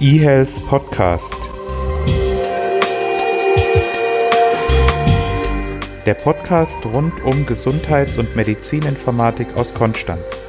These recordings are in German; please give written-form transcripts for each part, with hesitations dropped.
eHealth Podcast. Der Podcast rund um Gesundheits- und Medizininformatik aus Konstanz.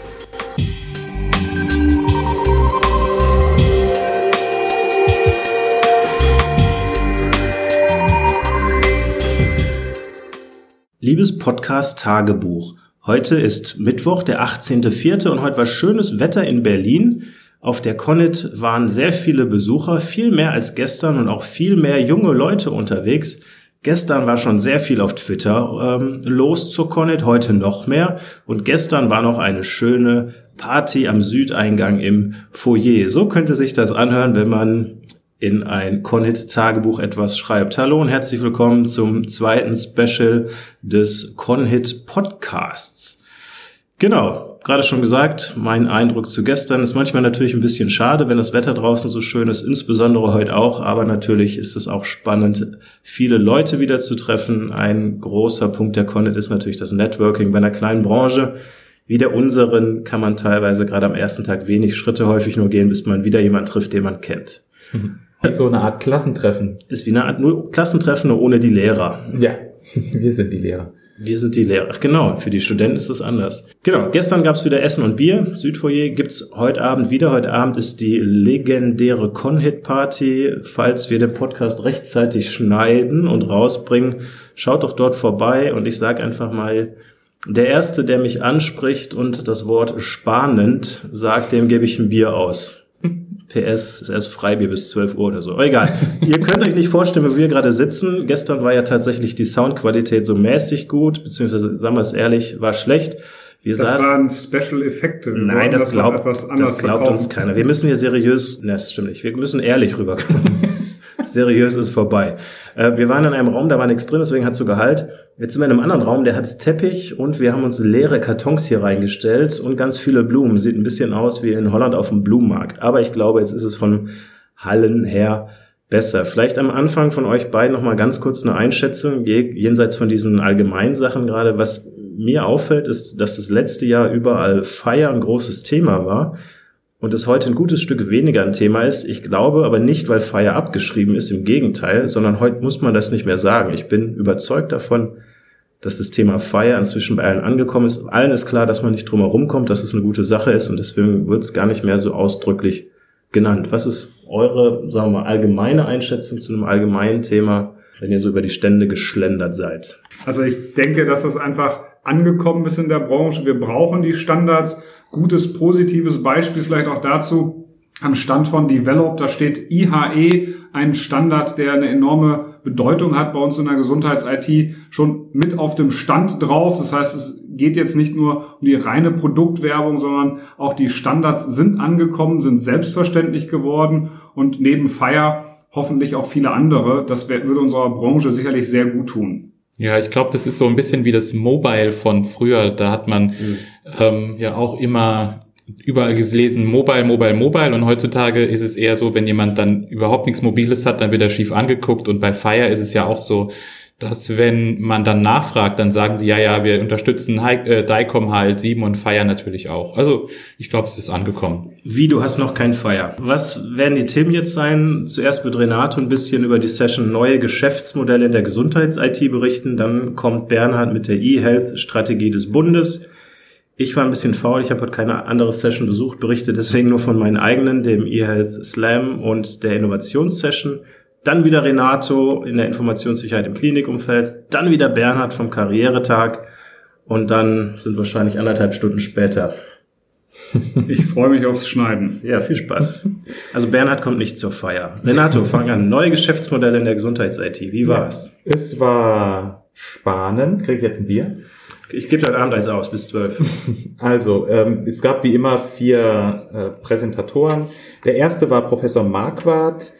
Liebes Podcast-Tagebuch, heute ist Mittwoch, der 18.04. und heute war schönes Wetter in Berlin. Auf der CONIT waren sehr viele Besucher, viel mehr als gestern und auch viel mehr junge Leute unterwegs. Gestern war schon sehr viel auf Twitter los zur CONIT, heute noch mehr. Und gestern war noch eine schöne Party am Südeingang im Foyer. So könnte sich das anhören, wenn man in ein CONIT-Tagebuch etwas schreibt. Hallo und herzlich willkommen zum zweiten Special des CONIT-Podcasts. Genau, gerade schon gesagt, mein Eindruck zu gestern ist manchmal natürlich ein bisschen schade, wenn das Wetter draußen so schön ist, insbesondere heute auch, aber natürlich ist es auch spannend, viele Leute wieder zu treffen. Ein großer Punkt der CONIT ist natürlich das Networking. Bei einer kleinen Branche wie der unseren kann man teilweise gerade am ersten Tag wenig Schritte häufig nur gehen, bis man wieder jemanden trifft, den man kennt. So eine Art Klassentreffen. Ist wie eine Art nur Klassentreffen, nur ohne die Lehrer. Ja, wir sind die Lehrer. Wir sind die Lehrer. Genau, für die Studenten ist das anders. Genau, gestern gab's wieder Essen und Bier. Südfoyer gibt's heute Abend wieder. Heute Abend ist die legendäre CONHIT-Party. Falls wir den Podcast rechtzeitig schneiden und rausbringen, schaut doch dort vorbei. Und ich sage einfach mal, der Erste, der mich anspricht und das Wort spanend sagt, dem gebe ich ein Bier aus. PS ist erst Freibier bis 12 Uhr oder so. Egal. Ihr könnt euch nicht vorstellen, wo wir gerade sitzen. Gestern war ja tatsächlich die Soundqualität so mäßig gut, beziehungsweise, sagen wir es ehrlich, war schlecht. Das waren Special-Effekte. Nein, das glaubt uns keiner. Wir müssen hier seriös, ne, das stimmt nicht. Wir müssen ehrlich rüberkommen. Seriös ist vorbei. Wir waren in einem Raum, da war nichts drin, deswegen hat's so Gehalt. Jetzt sind wir in einem anderen Raum, der hat Teppich und wir haben uns leere Kartons hier reingestellt und ganz viele Blumen. Sieht ein bisschen aus wie in Holland auf dem Blumenmarkt. Aber ich glaube, jetzt ist es von Hallen her besser. Vielleicht am Anfang von euch beiden nochmal ganz kurz eine Einschätzung, jenseits von diesen allgemeinen Sachen gerade. Was mir auffällt, ist, dass das letzte Jahr überall Feier ein großes Thema war. Und es heute ein gutes Stück weniger ein Thema ist. Ich glaube aber nicht, weil Feier abgeschrieben ist, im Gegenteil, sondern heute muss man das nicht mehr sagen. Ich bin überzeugt davon, dass das Thema Feier inzwischen bei allen angekommen ist. Allen ist klar, dass man nicht drum herum kommt, dass es eine gute Sache ist und deswegen wird es gar nicht mehr so ausdrücklich genannt. Was ist eure, sagen wir mal, allgemeine Einschätzung zu einem allgemeinen Thema, wenn ihr so über die Stände geschlendert seid? Also ich denke, dass das einfach angekommen ist in der Branche. Wir brauchen die Standards. Gutes, positives Beispiel vielleicht auch dazu am Stand von Develop. Da steht IHE, ein Standard, der eine enorme Bedeutung hat bei uns in der Gesundheits-IT, schon mit auf dem Stand drauf. Das heißt, es geht jetzt nicht nur um die reine Produktwerbung, sondern auch die Standards sind angekommen, sind selbstverständlich geworden und neben FHIR hoffentlich auch viele andere. Das würde unserer Branche sicherlich sehr gut tun. Ja, ich glaube, das ist so ein bisschen wie das Mobile von früher. Da hat man ja auch immer überall gelesen, Mobile. Und heutzutage ist es eher so, wenn jemand dann überhaupt nichts Mobiles hat, dann wird er schief angeguckt. Und bei FHIR ist es ja auch so, dass wenn man dann nachfragt, dann sagen sie, ja, wir unterstützen DICOM HL7 und FHIR natürlich auch. Also ich glaube, es ist angekommen. Wie, du hast noch kein FHIR. Was werden die Themen jetzt sein? Zuerst wird Renato ein bisschen über die Session neue Geschäftsmodelle in der Gesundheits-IT berichten. Dann kommt Bernhard mit der eHealth-Strategie des Bundes. Ich war ein bisschen faul, ich habe heute keine andere Session besucht, berichte deswegen nur von meinen eigenen, dem eHealth Slam und der Innovationssession. Dann wieder Renato in der Informationssicherheit im Klinikumfeld, dann wieder Bernhard vom Karrieretag und dann sind wahrscheinlich 1,5 Stunden später. Ich freue mich aufs Schneiden. Ja, viel Spaß. Also Bernhard kommt nicht zur Feier. Renato, fang an. Neue Geschäftsmodelle in der Gesundheits-IT. Wie war's? Ja, es war spannend. Krieg ich jetzt ein Bier? Ich gebe heute Abend eins aus, bis 12. Also, es gab wie immer 4 Präsentatoren. Der erste war Professor Marquardt.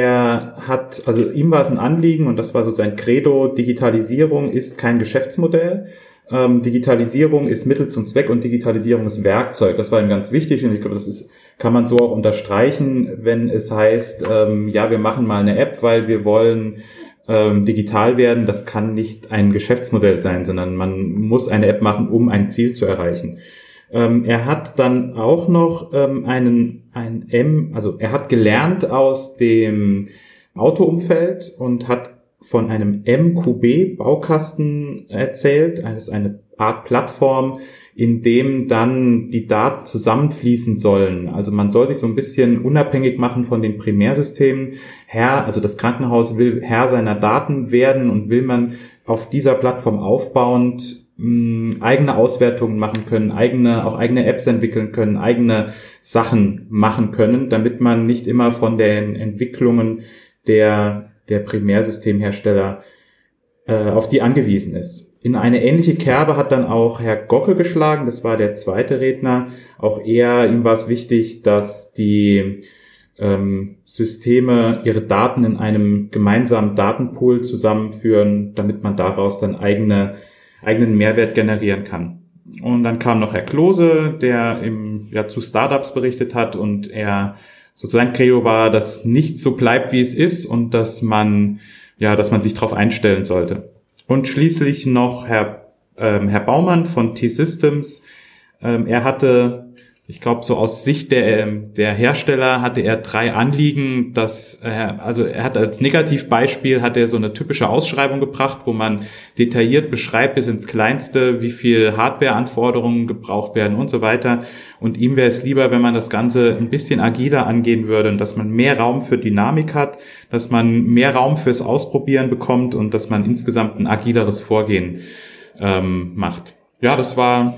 Ihm war es ein Anliegen und das war so sein Credo, Digitalisierung ist kein Geschäftsmodell. Digitalisierung ist Mittel zum Zweck und Digitalisierung ist Werkzeug. Das war ihm ganz wichtig und ich glaube, kann man so auch unterstreichen, wenn es heißt, wir machen mal eine App, weil wir wollen digital werden. Das kann nicht ein Geschäftsmodell sein, sondern man muss eine App machen, um ein Ziel zu erreichen. Er hat dann auch noch er hat gelernt aus dem Autoumfeld und hat von einem MQB-Baukasten erzählt. Das ist eine Art Plattform, in dem dann die Daten zusammenfließen sollen. Also man soll sich so ein bisschen unabhängig machen von den Primärsystemen. Also das Krankenhaus will Herr seiner Daten werden und will man auf dieser Plattform aufbauend eigene Auswertungen machen können, auch eigene Apps entwickeln können, eigene Sachen machen können, damit man nicht immer von den Entwicklungen der Primärsystemhersteller auf die angewiesen ist. In eine ähnliche Kerbe hat dann auch Herr Gocke geschlagen, das war der zweite Redner. Auch ihm war es wichtig, dass die Systeme ihre Daten in einem gemeinsamen Datenpool zusammenführen, damit man daraus dann eigenen Mehrwert generieren kann. Und dann kam noch Herr Klose, der zu Startups berichtet hat und er sozusagen Credo war, dass nichts so bleibt, wie es ist und dass man sich darauf einstellen sollte. Und schließlich noch Herr Baumann von T-Systems. Er hatte, ich glaube, so aus Sicht der Hersteller hatte er 3 Anliegen, er hat als Negativbeispiel so eine typische Ausschreibung gebracht, wo man detailliert beschreibt bis ins Kleinste, wie viel Hardwareanforderungen gebraucht werden und so weiter. Und ihm wäre es lieber, wenn man das Ganze ein bisschen agiler angehen würde und dass man mehr Raum für Dynamik hat, dass man mehr Raum fürs Ausprobieren bekommt und dass man insgesamt ein agileres Vorgehen macht. Ja, das war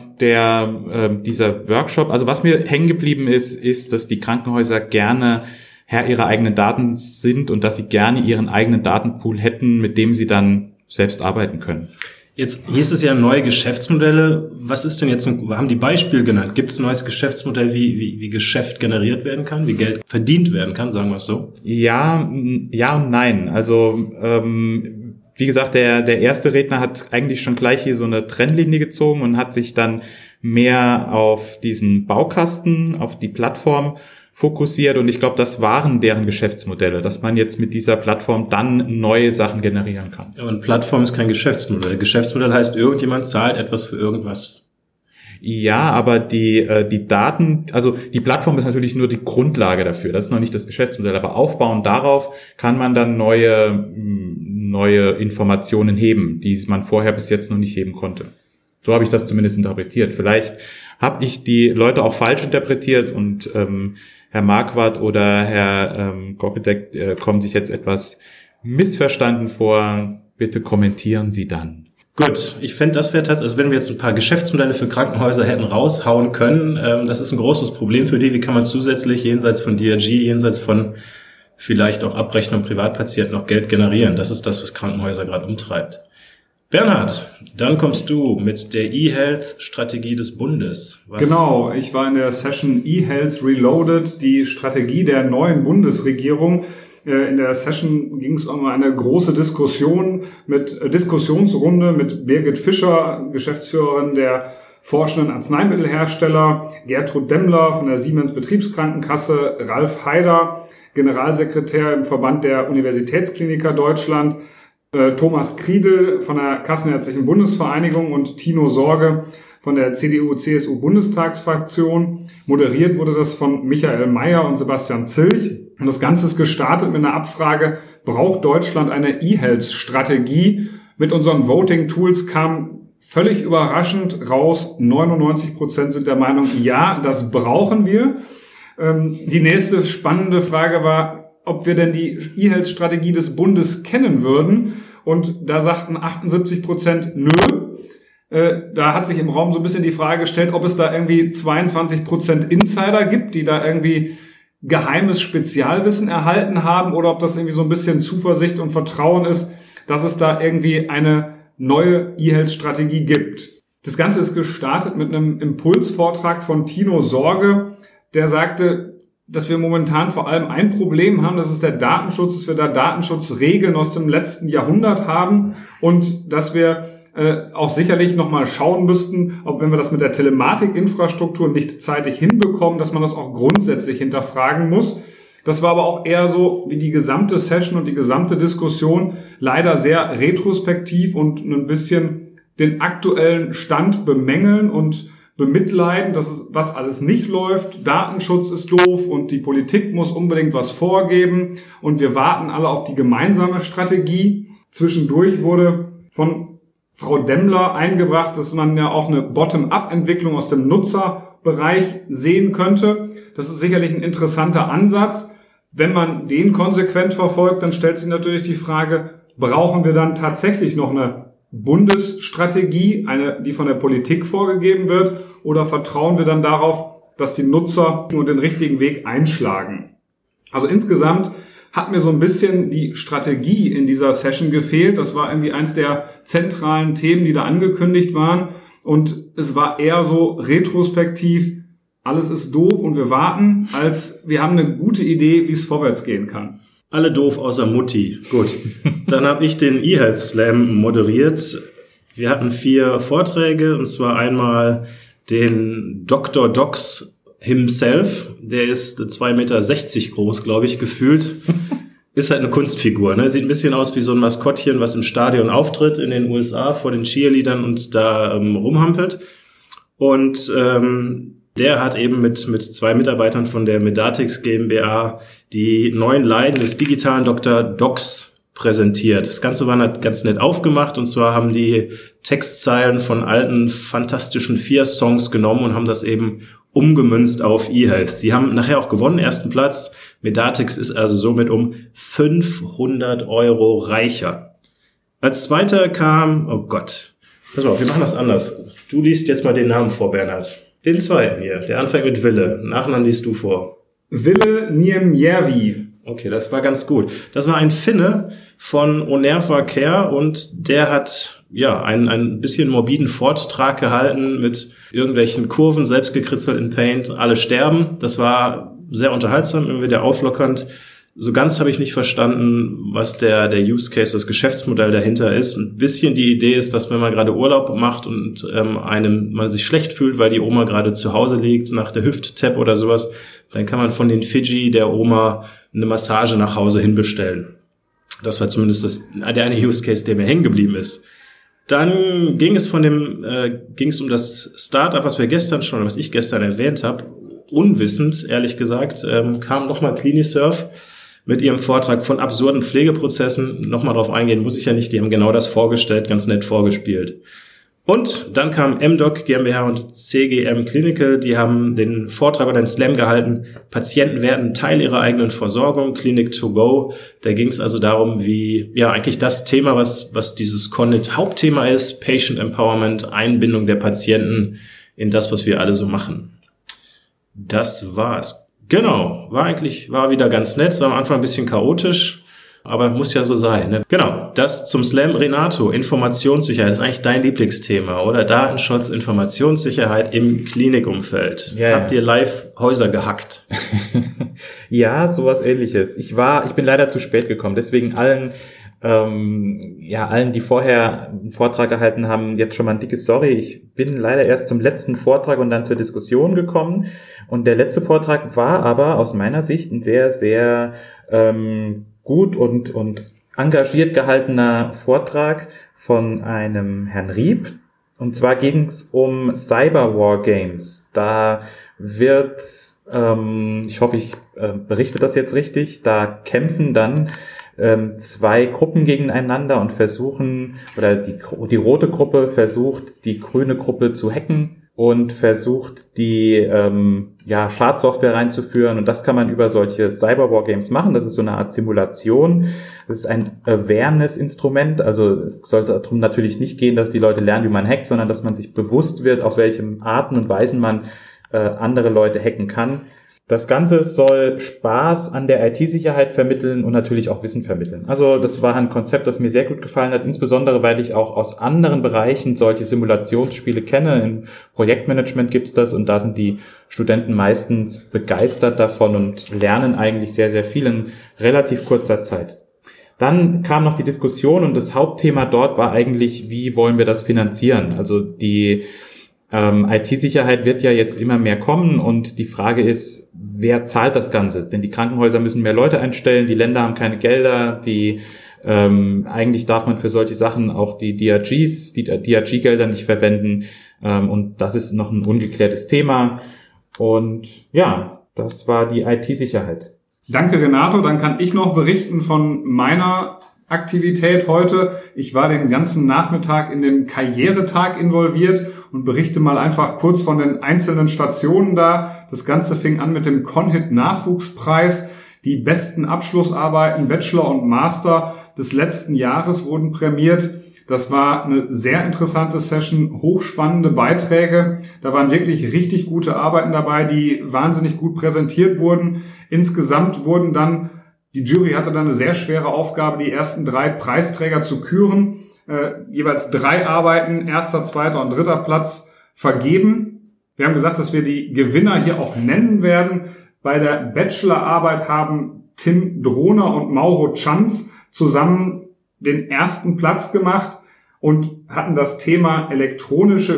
dieser Workshop. Also was mir hängen geblieben ist, dass die Krankenhäuser gerne Herr ihrer eigenen Daten sind und dass sie gerne ihren eigenen Datenpool hätten, mit dem sie dann selbst arbeiten können. Jetzt hieß es ja neue Geschäftsmodelle. Was ist denn jetzt, wir haben die Beispiele genannt. Gibt es ein neues Geschäftsmodell, wie Geschäft generiert werden kann, wie Geld verdient werden kann, sagen wir es so? Ja und nein. Also wie gesagt, der erste Redner hat eigentlich schon gleich hier so eine Trennlinie gezogen und hat sich dann mehr auf diesen Baukasten, auf die Plattform fokussiert und ich glaube, das waren deren Geschäftsmodelle, dass man jetzt mit dieser Plattform dann neue Sachen generieren kann. Aber eine Plattform ist kein Geschäftsmodell. Geschäftsmodell heißt, irgendjemand zahlt etwas für irgendwas. Ja, aber die Daten, also die Plattform ist natürlich nur die Grundlage dafür. Das ist noch nicht das Geschäftsmodell, aber aufbauend darauf kann man dann neue Informationen heben, die man vorher bis jetzt noch nicht heben konnte. So habe ich das zumindest interpretiert. Vielleicht habe ich die Leute auch falsch interpretiert und Herr Marquardt oder Herr Gocke kommen sich jetzt etwas missverstanden vor. Bitte kommentieren Sie dann. Gut, ich finde, das wäre tatsächlich, also wenn wir jetzt ein paar Geschäftsmodelle für Krankenhäuser hätten raushauen können, das ist ein großes Problem für die. Wie kann man zusätzlich jenseits von DRG, jenseits von vielleicht auch Abrechnung Privatpatienten noch Geld generieren? Das ist das, was Krankenhäuser gerade umtreibt. Bernhard, dann kommst du mit der eHealth-Strategie des Bundes. Genau, ich war in der Session eHealth Reloaded, die Strategie der neuen Bundesregierung. In der Session ging es um eine große Diskussionsrunde mit Birgit Fischer, Geschäftsführerin der forschenden Arzneimittelhersteller, Gertrud Demmler von der Siemens Betriebskrankenkasse, Ralf Haider, Generalsekretär im Verband der Universitätskliniker Deutschland, Thomas Kriedel von der Kassenärztlichen Bundesvereinigung und Tino Sorge von der CDU-CSU-Bundestagsfraktion. Moderiert wurde das von Michael Mayer und Sebastian Zilch. Und das Ganze ist gestartet mit einer Abfrage, braucht Deutschland eine eHealth-Strategie? Mit unseren Voting-Tools kam völlig überraschend raus, 99% sind der Meinung, ja, das brauchen wir. Die nächste spannende Frage war, ob wir denn die eHealth-Strategie des Bundes kennen würden. Und da sagten 78% nö. Da hat sich im Raum so ein bisschen die Frage gestellt, ob es da irgendwie 22% Insider gibt, die da irgendwie geheimes Spezialwissen erhalten haben oder ob das irgendwie so ein bisschen Zuversicht und Vertrauen ist, dass es da irgendwie eine neue eHealth-Strategie gibt. Das Ganze ist gestartet mit einem Impulsvortrag von Tino Sorge, der sagte, dass wir momentan vor allem ein Problem haben, das ist der Datenschutz, dass wir da Datenschutzregeln aus dem letzten Jahrhundert haben und dass wir auch sicherlich nochmal schauen müssten, ob wenn wir das mit der Telematikinfrastruktur nicht zeitig hinbekommen, dass man das auch grundsätzlich hinterfragen muss. Das war aber auch eher so wie die gesamte Session und die gesamte Diskussion leider sehr retrospektiv und ein bisschen den aktuellen Stand bemängeln und bemitleiden, was alles nicht läuft. Datenschutz ist doof und die Politik muss unbedingt was vorgeben und wir warten alle auf die gemeinsame Strategie. Zwischendurch wurde von Frau Demmler eingebracht, dass man ja auch eine Bottom-up-Entwicklung aus dem Nutzerbereich sehen könnte. Das ist sicherlich ein interessanter Ansatz. Wenn man den konsequent verfolgt, dann stellt sich natürlich die Frage, brauchen wir dann tatsächlich noch eine Bundesstrategie, die von der Politik vorgegeben wird, oder vertrauen wir dann darauf, dass die Nutzer nur den richtigen Weg einschlagen? Also insgesamt hat mir so ein bisschen die Strategie in dieser Session gefehlt. Das war irgendwie eins der zentralen Themen, die da angekündigt waren. Und es war eher so retrospektiv, alles ist doof und wir warten, als wir haben eine gute Idee, wie es vorwärts gehen kann. Alle doof außer Mutti. Gut. Dann habe ich den eHealth Slam moderiert. Wir hatten 4 Vorträge, und zwar einmal den Dr. Docs himself. Der ist 2,60 Meter groß, glaube ich, gefühlt. Ist halt eine Kunstfigur, ne? Sieht ein bisschen aus wie so ein Maskottchen, was im Stadion auftritt in den USA vor den Cheerleadern und da rumhampelt. Und der hat eben mit 2 Mitarbeitern von der Medatix GmbH die neuen Leiden des digitalen Dr. Docs präsentiert. Das Ganze war ganz nett aufgemacht, und zwar haben die Textzeilen von alten fantastischen 4-Songs genommen und haben das eben umgemünzt auf eHealth. Die haben nachher auch gewonnen, 1. Platz. Medatix ist also somit um 500 € reicher. Als zweiter kam, oh Gott, pass mal auf, wir machen das anders. Du liest jetzt mal den Namen vor, Bernhard. Den zweiten hier, der anfängt mit Wille. Nachnamen liest du vor. Wille Niemjärvi. Okay, das war ganz gut. Das war ein Finne von Onerva Care, und der hat einen bisschen morbiden Vortrag gehalten mit irgendwelchen Kurven, selbst gekritzelt in Paint, alle sterben. Das war sehr unterhaltsam, immer wieder auflockernd. So ganz habe ich nicht verstanden, was der Use Case, das Geschäftsmodell dahinter ist. Ein bisschen die Idee ist, dass wenn man gerade Urlaub macht und man sich schlecht fühlt, weil die Oma gerade zu Hause liegt, nach der Hüft-Tap oder sowas, dann kann man von den Fidji der Oma eine Massage nach Hause hinbestellen. Das war zumindest der eine Use Case, der mir hängen geblieben ist. Dann ging es um das Startup, was ich gestern erwähnt habe. Unwissend, ehrlich gesagt, kam nochmal Clinisurf mit ihrem Vortrag von absurden Pflegeprozessen. Nochmal drauf eingehen muss ich ja nicht, die haben genau das vorgestellt, ganz nett vorgespielt. Und dann kam MDoc GmbH und CGM Clinical, die haben den Vortrag oder den Slam gehalten, Patienten werden Teil ihrer eigenen Versorgung, Clinic to go. Da ging es also darum, wie eigentlich das Thema, was dieses Conit Hauptthema ist, Patient Empowerment, Einbindung der Patienten in das, was wir alle so machen. Das war's. Genau, war wieder ganz nett, war am Anfang ein bisschen chaotisch, aber muss ja so sein, ne? Genau, das zum Slam. Renato, Informationssicherheit, das ist eigentlich dein Lieblingsthema, oder? Datenschutz, Informationssicherheit im Klinikumfeld. Ja. Habt ihr live Häuser gehackt? Ja, sowas Ähnliches. Ich bin leider zu spät gekommen, deswegen allen, die vorher einen Vortrag gehalten haben, jetzt schon mal ein dickes Sorry. Ich bin leider erst zum letzten Vortrag und dann zur Diskussion gekommen. Und der letzte Vortrag war aber aus meiner Sicht ein sehr, sehr gut und engagiert gehaltener Vortrag von einem Herrn Rieb. Und zwar ging es um Cyberwar Games. Da wird, ich hoffe, ich berichte das jetzt richtig, da kämpfen dann 2 Gruppen gegeneinander und versuchen, oder die rote Gruppe versucht, die grüne Gruppe zu hacken und versucht, die Schadsoftware reinzuführen. Und das kann man über solche Cyberwar-Games machen. Das ist so eine Art Simulation. Das ist ein Awareness-Instrument. Also es sollte darum natürlich nicht gehen, dass die Leute lernen, wie man hackt, sondern dass man sich bewusst wird, auf welche Arten und Weisen man andere Leute hacken kann. Das Ganze soll Spaß an der IT-Sicherheit vermitteln und natürlich auch Wissen vermitteln. Also das war ein Konzept, das mir sehr gut gefallen hat, insbesondere weil ich auch aus anderen Bereichen solche Simulationsspiele kenne. Im Projektmanagement gibt's das, und da sind die Studenten meistens begeistert davon und lernen eigentlich sehr, sehr viel in relativ kurzer Zeit. Dann kam noch die Diskussion, und das Hauptthema dort war eigentlich, wie wollen wir das finanzieren? Also die IT-Sicherheit wird ja jetzt immer mehr kommen, und die Frage ist, wer zahlt das Ganze? Denn die Krankenhäuser müssen mehr Leute einstellen, die Länder haben keine Gelder, eigentlich darf man für solche Sachen auch die DRG-Gelder nicht verwenden. Und das ist noch ein ungeklärtes Thema. Und ja, das war die IT-Sicherheit. Danke, Renato. Dann kann ich noch berichten von meiner Aktivität heute. Ich war den ganzen Nachmittag in den Karrieretag involviert und berichte mal einfach kurz von den einzelnen Stationen da. Das Ganze fing an mit dem CONHIT-Nachwuchspreis. Die besten Abschlussarbeiten, Bachelor und Master des letzten Jahres wurden prämiert. Das war eine sehr interessante Session, hochspannende Beiträge. Da waren wirklich richtig gute Arbeiten dabei, die wahnsinnig gut präsentiert wurden. Insgesamt wurden dann, die Jury hatte dann eine sehr schwere Aufgabe, die ersten 3 Preisträger zu küren. Jeweils 3 Arbeiten, 1., 2. und 3. Platz vergeben. Wir haben gesagt, dass wir die Gewinner hier auch nennen werden. Bei der Bachelorarbeit haben Tim Drohner und Mauro Chanz zusammen den 1. Platz gemacht und hatten das Thema elektronische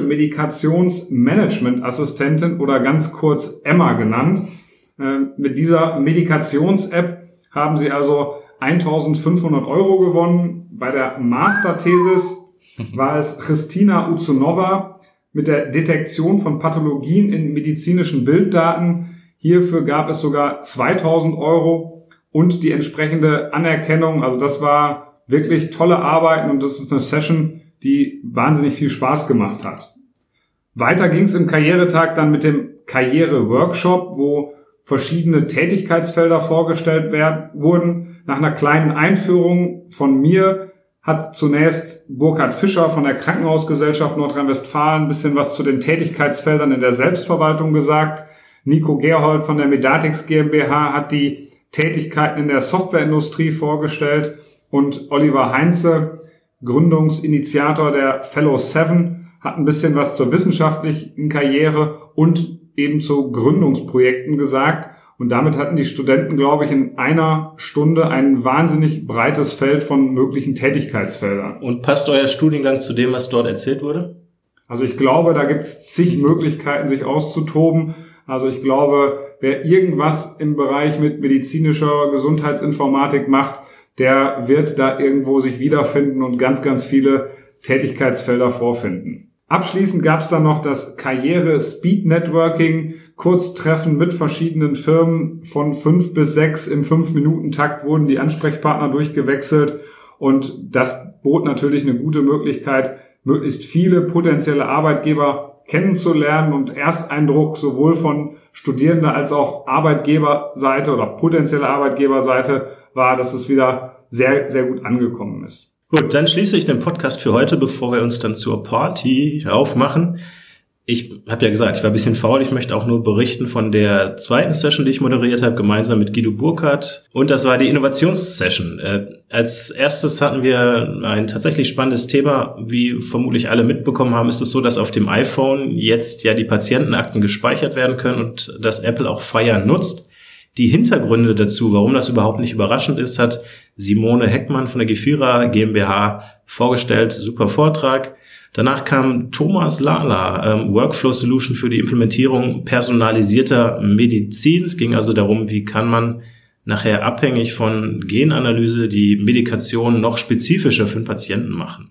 Medikationsmanagementassistentin oder ganz kurz EMMA genannt. Mit dieser Medikations-App haben sie also 1.500 € gewonnen. Bei der Masterthesis war es Christina Uzunova mit der Detektion von Pathologien in medizinischen Bilddaten. Hierfür gab es sogar 2.000 € und die entsprechende Anerkennung. Also das war wirklich tolle Arbeiten und das ist eine Session, die wahnsinnig viel Spaß gemacht hat. Weiter ging es im Karrieretag dann mit dem Karriere-Workshop, wo verschiedene Tätigkeitsfelder vorgestellt wurden. Nach einer kleinen Einführung von mir hat zunächst Burkhard Fischer von der Krankenhausgesellschaft Nordrhein-Westfalen ein bisschen was zu den Tätigkeitsfeldern in der Selbstverwaltung gesagt. Nico Gerhold von der Medatix GmbH hat die Tätigkeiten in der Softwareindustrie vorgestellt. Und Oliver Heinze, Gründungsinitiator der Fellow 7, hat ein bisschen was zur wissenschaftlichen Karriere und eben zu Gründungsprojekten gesagt. Und damit hatten die Studenten, glaube ich, in einer Stunde ein wahnsinnig breites Feld von möglichen Tätigkeitsfeldern. Und passt euer Studiengang zu dem, was dort erzählt wurde? Also ich glaube, da gibt es zig Möglichkeiten, sich auszutoben. Also ich glaube, wer irgendwas im Bereich mit medizinischer Gesundheitsinformatik macht, der wird da irgendwo sich wiederfinden und ganz, ganz viele Tätigkeitsfelder vorfinden. Abschließend gab es dann noch das Karriere-Speed-Networking, Kurztreffen mit verschiedenen Firmen von 5 bis 6. Im 5-Minuten-Takt wurden die Ansprechpartner durchgewechselt und das bot natürlich eine gute Möglichkeit, möglichst viele potenzielle Arbeitgeber kennenzulernen und Ersteindruck sowohl von Studierender als auch Arbeitgeberseite oder potenzielle Arbeitgeberseite war, dass es wieder sehr, sehr gut angekommen ist. Gut, dann schließe ich den Podcast für heute, bevor wir uns dann zur Party aufmachen. Ich habe ja gesagt, ich war ein bisschen faul. Ich möchte auch nur berichten von der 2. Session, die ich moderiert habe, gemeinsam mit Guido Burkhardt. Und das war die Innovationssession. Als erstes hatten wir ein tatsächlich spannendes Thema. Wie vermutlich alle mitbekommen haben, ist es so, dass auf dem iPhone jetzt ja die Patientenakten gespeichert werden können und dass Apple auch FHIR nutzt. Die Hintergründe dazu, warum das überhaupt nicht überraschend ist, hat Simone Heckmann von der Gefira GmbH vorgestellt. Super Vortrag. Danach kam Thomas Lala, Workflow Solution für die Implementierung personalisierter Medizin. Es ging also darum, wie kann man nachher abhängig von Genanalyse die Medikation noch spezifischer für den Patienten machen.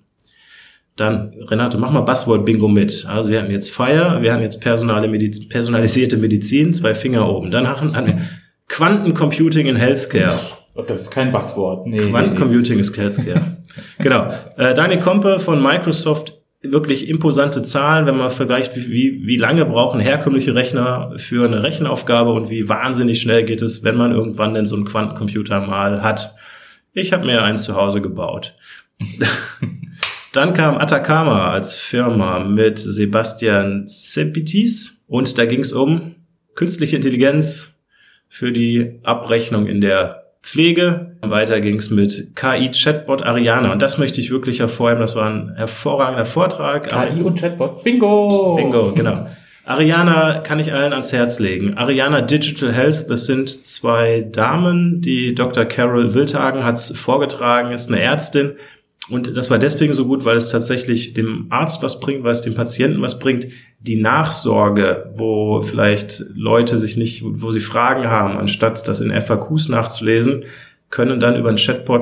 Dann, Renato, mach mal Buzzword-Bingo mit. Also wir hatten jetzt FHIR, wir haben jetzt personalisierte Medizin, 2 Finger oben. Dann hatten wir Quantencomputing in Healthcare. Das ist kein Buzzword. Nee, Quantencomputing ist Healthcare. Genau. Daniel Kompe von Microsoft, wirklich imposante Zahlen, wenn man vergleicht, wie lange brauchen herkömmliche Rechner für eine Rechenaufgabe und wie wahnsinnig schnell geht es, wenn man irgendwann denn so einen Quantencomputer mal hat. Ich habe mir einen zu Hause gebaut. Dann kam Atacama als Firma mit Sebastian Zepitis und da ging es um künstliche Intelligenz für die Abrechnung in der Pflege. Weiter ging es mit KI-Chatbot Ariana und das möchte ich wirklich hervorheben. Das war ein hervorragender Vortrag. KI und Chatbot. Bingo! Bingo, genau. Ariana kann ich allen ans Herz legen. Ariana Digital Health, das sind 2 Damen. Die Dr. Carol Wildhagen hat es vorgetragen, ist eine Ärztin. Und das war deswegen so gut, weil es tatsächlich dem Arzt was bringt, weil es dem Patienten was bringt. Die Nachsorge, wo vielleicht Leute wo sie Fragen haben, anstatt das in FAQs nachzulesen, können dann über ein Chatbot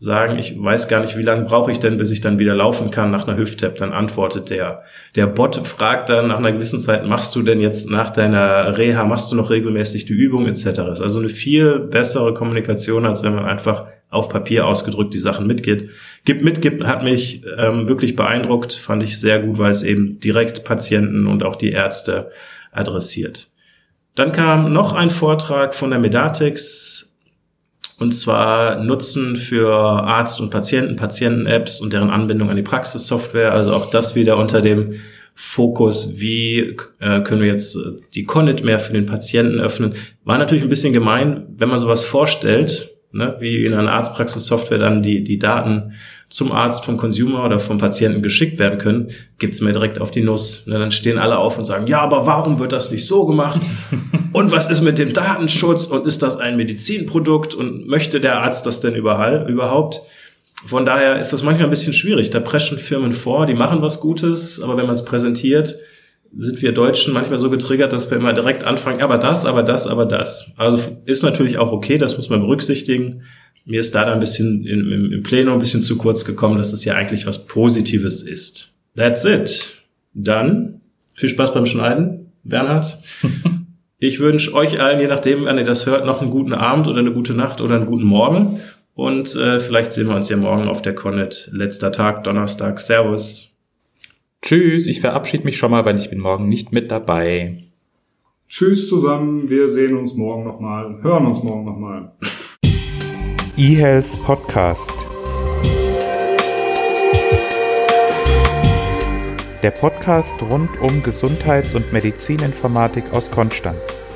sagen, ich weiß gar nicht, wie lange brauche ich denn, bis ich dann wieder laufen kann nach einer Hüft-Tap. Dann antwortet der Bot, fragt dann nach einer gewissen Zeit, machst du denn jetzt nach deiner Reha, machst du noch regelmäßig die Übung etc. Also eine viel bessere Kommunikation, als wenn man einfach auf Papier ausgedrückt die Sachen mitgibt, hat mich wirklich beeindruckt, fand ich sehr gut, weil es eben direkt Patienten und auch die Ärzte adressiert. Dann kam noch ein Vortrag von der Medatix, und zwar Nutzen für Arzt und Patienten-Apps und deren Anbindung an die Praxissoftware. Also auch das wieder unter dem Fokus, wie können wir jetzt die Connit mehr für den Patienten öffnen. War natürlich ein bisschen gemein, wenn man sowas vorstellt, ne, wie in einer Arztpraxissoftware dann die Daten zum Arzt, vom Consumer oder vom Patienten geschickt werden können, gibt's mir direkt auf die Nuss. Ne, dann stehen alle auf und sagen, ja, aber warum wird das nicht so gemacht? Und was ist mit dem Datenschutz? Und ist das ein Medizinprodukt? Und möchte der Arzt das denn überhaupt? Von daher ist das manchmal ein bisschen schwierig. Da preschen Firmen vor, die machen was Gutes, aber wenn man es präsentiert, sind wir Deutschen manchmal so getriggert, dass wir immer direkt anfangen, aber das. Also ist natürlich auch okay, das muss man berücksichtigen. Mir ist da ein bisschen im Plenum ein bisschen zu kurz gekommen, dass das ja eigentlich was Positives ist. That's it. Dann viel Spaß beim Schneiden, Bernhard. Ich wünsche euch allen, je nachdem, wenn ihr das hört, noch einen guten Abend oder eine gute Nacht oder einen guten Morgen. Und vielleicht sehen wir uns ja morgen auf der Connit. Letzter Tag, Donnerstag. Servus. Tschüss, ich verabschiede mich schon mal, weil ich bin morgen nicht mit dabei. Tschüss zusammen, wir sehen uns morgen nochmal, hören uns morgen nochmal. eHealth Podcast. Der Podcast rund um Gesundheits- und Medizininformatik aus Konstanz.